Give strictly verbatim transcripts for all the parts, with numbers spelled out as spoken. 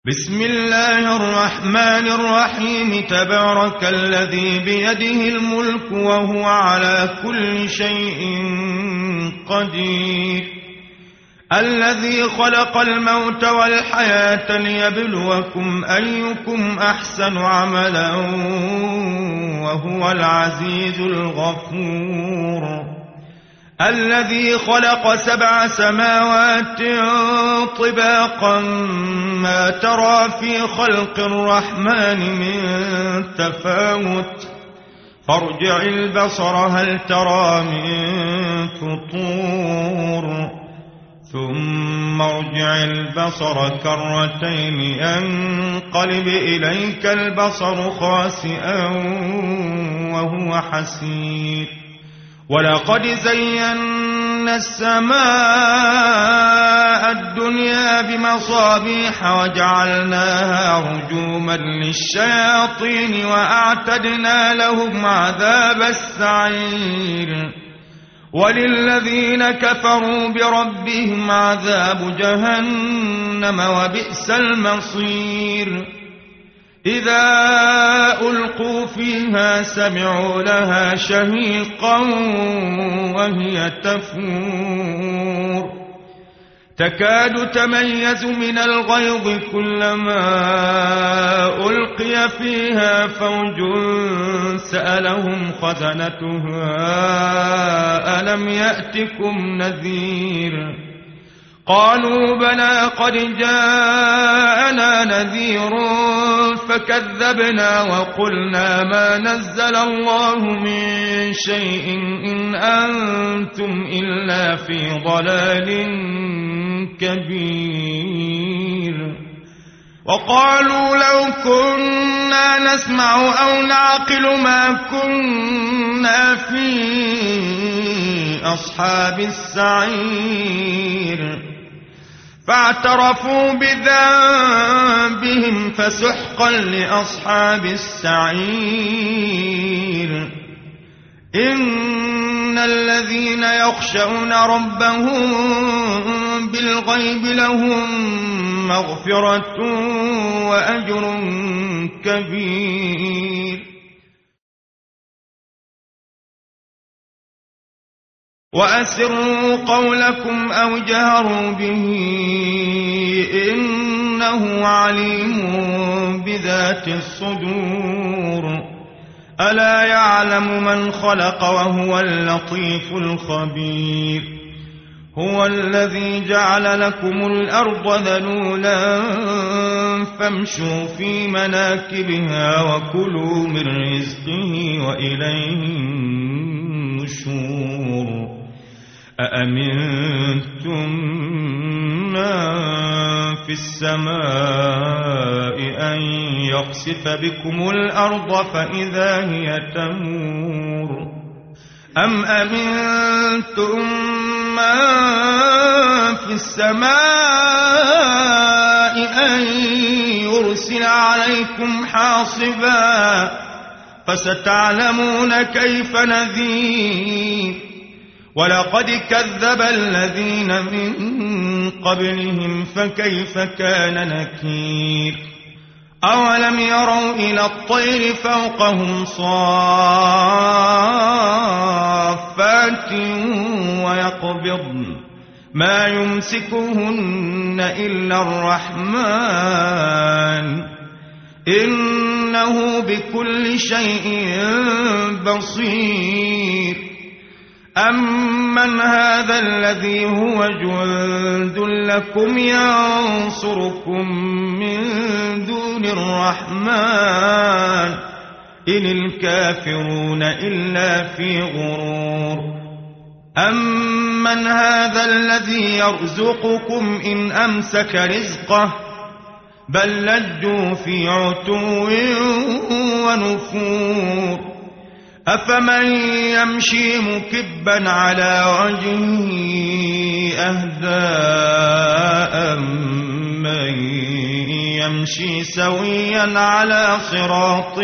بسم الله الرحمن الرحيم تبارك الذي بيده الملك وهو على كل شيء قدير الذي خلق الموت والحياة ليبلوكم أيكم أحسن عملا وهو العزيز الغفور الذي خلق سبع سماوات طباقا ما ترى في خلق الرحمن من تفاوت فارجع البصر هل ترى من فطور ثم ارجع البصر كرتين ينقلب إليك البصر خاسئا وهو حسير ولقد زينا السماء الدنيا بمصابيح وجعلناها رجوما للشياطين وأعتدنا لهم عذاب السعير وللذين كفروا بربهم عذاب جهنم وبئس المصير إذا ألقوا فيها سمعوا لها شهيقا وهي تفور تكاد تميز من الغيظ كلما ألقي فيها فوج سألهم خزنتها ألم يأتكم نذير قالوا بلى قد جاءنا نذير فكذبنا وقلنا ما نزل الله من شيء إن أنتم إلا في ضلال كبير وقالوا لو كنا نسمع أو نعقل ما كنا في أصحاب السعير فاعترفوا بذنبهم فسحقا لأصحاب السعير إن الذين يخشون ربهم بالغيب لهم مغفرة وأجر كبير وأسروا قولكم أو جهروا به إنه عليم بذات الصدور ألا يعلم من خلق وهو اللطيف الخبير هو الذي جعل لكم الأرض ذلولا فامشوا في مناكبها وكلوا من رزقه وإليه النشور أأمنتم من في السماء أن يخسف بكم الأرض فإذا هي تمور أم أمنتم من في السماء أن يرسل عليكم حاصبا فستعلمون كيف نذير ولقد كذب الذين من قبلهم فكيف كان نكير أولم يروا إلى الطير فوقهم صافات ويقبضن ما يمسكهن إلا الرحمن إنه بكل شيء بصير أمن هذا الذي هو جند لكم ينصركم من دون الرحمن إن الكافرون إلا في غرور أمن هذا الذي يرزقكم إن أمسك رزقه بل لجوا في عتو ونفور أفمن يمشي مكبا على وجهه أهدى أمن يمشي سويا على صراط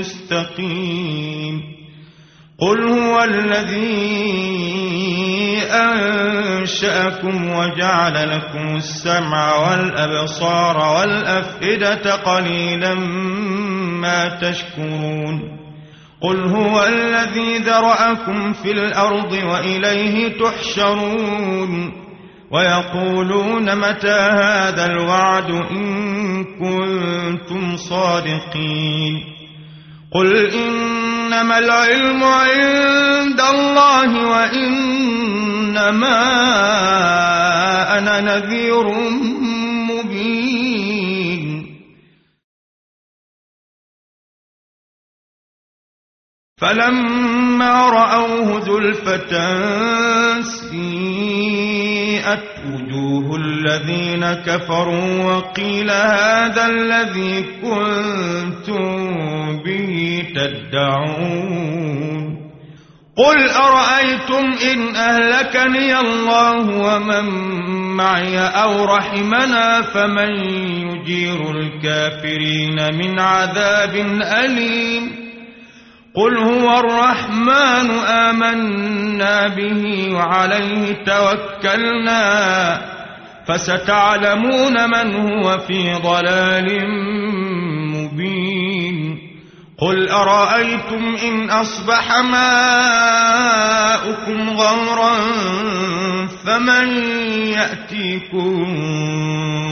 مستقيم قل هو الذي أنشأكم وجعل لكم السمع والأبصار والأفئدة قليلا ما تشكرون قل هو الذي ذرأكم في الأرض وإليه تحشرون ويقولون متى هذا الوعد إن كنتم صادقين قل إنما العلم عند الله وإنما أنا نذير مبين فلما رأوه زلفة سيئت وجوه الذين كفروا وقيل هذا الذي كنتم به تدعون قل أرأيتم إن أهلكني الله ومن معي أو رحمنا فمن يجير الكافرين من عذاب أليم قل هو الرحمن آمنا به وعليه توكلنا فستعلمون من هو في ضلال مبين قل أرأيتم إن أصبح ماؤكم غورا فمن يأتيكم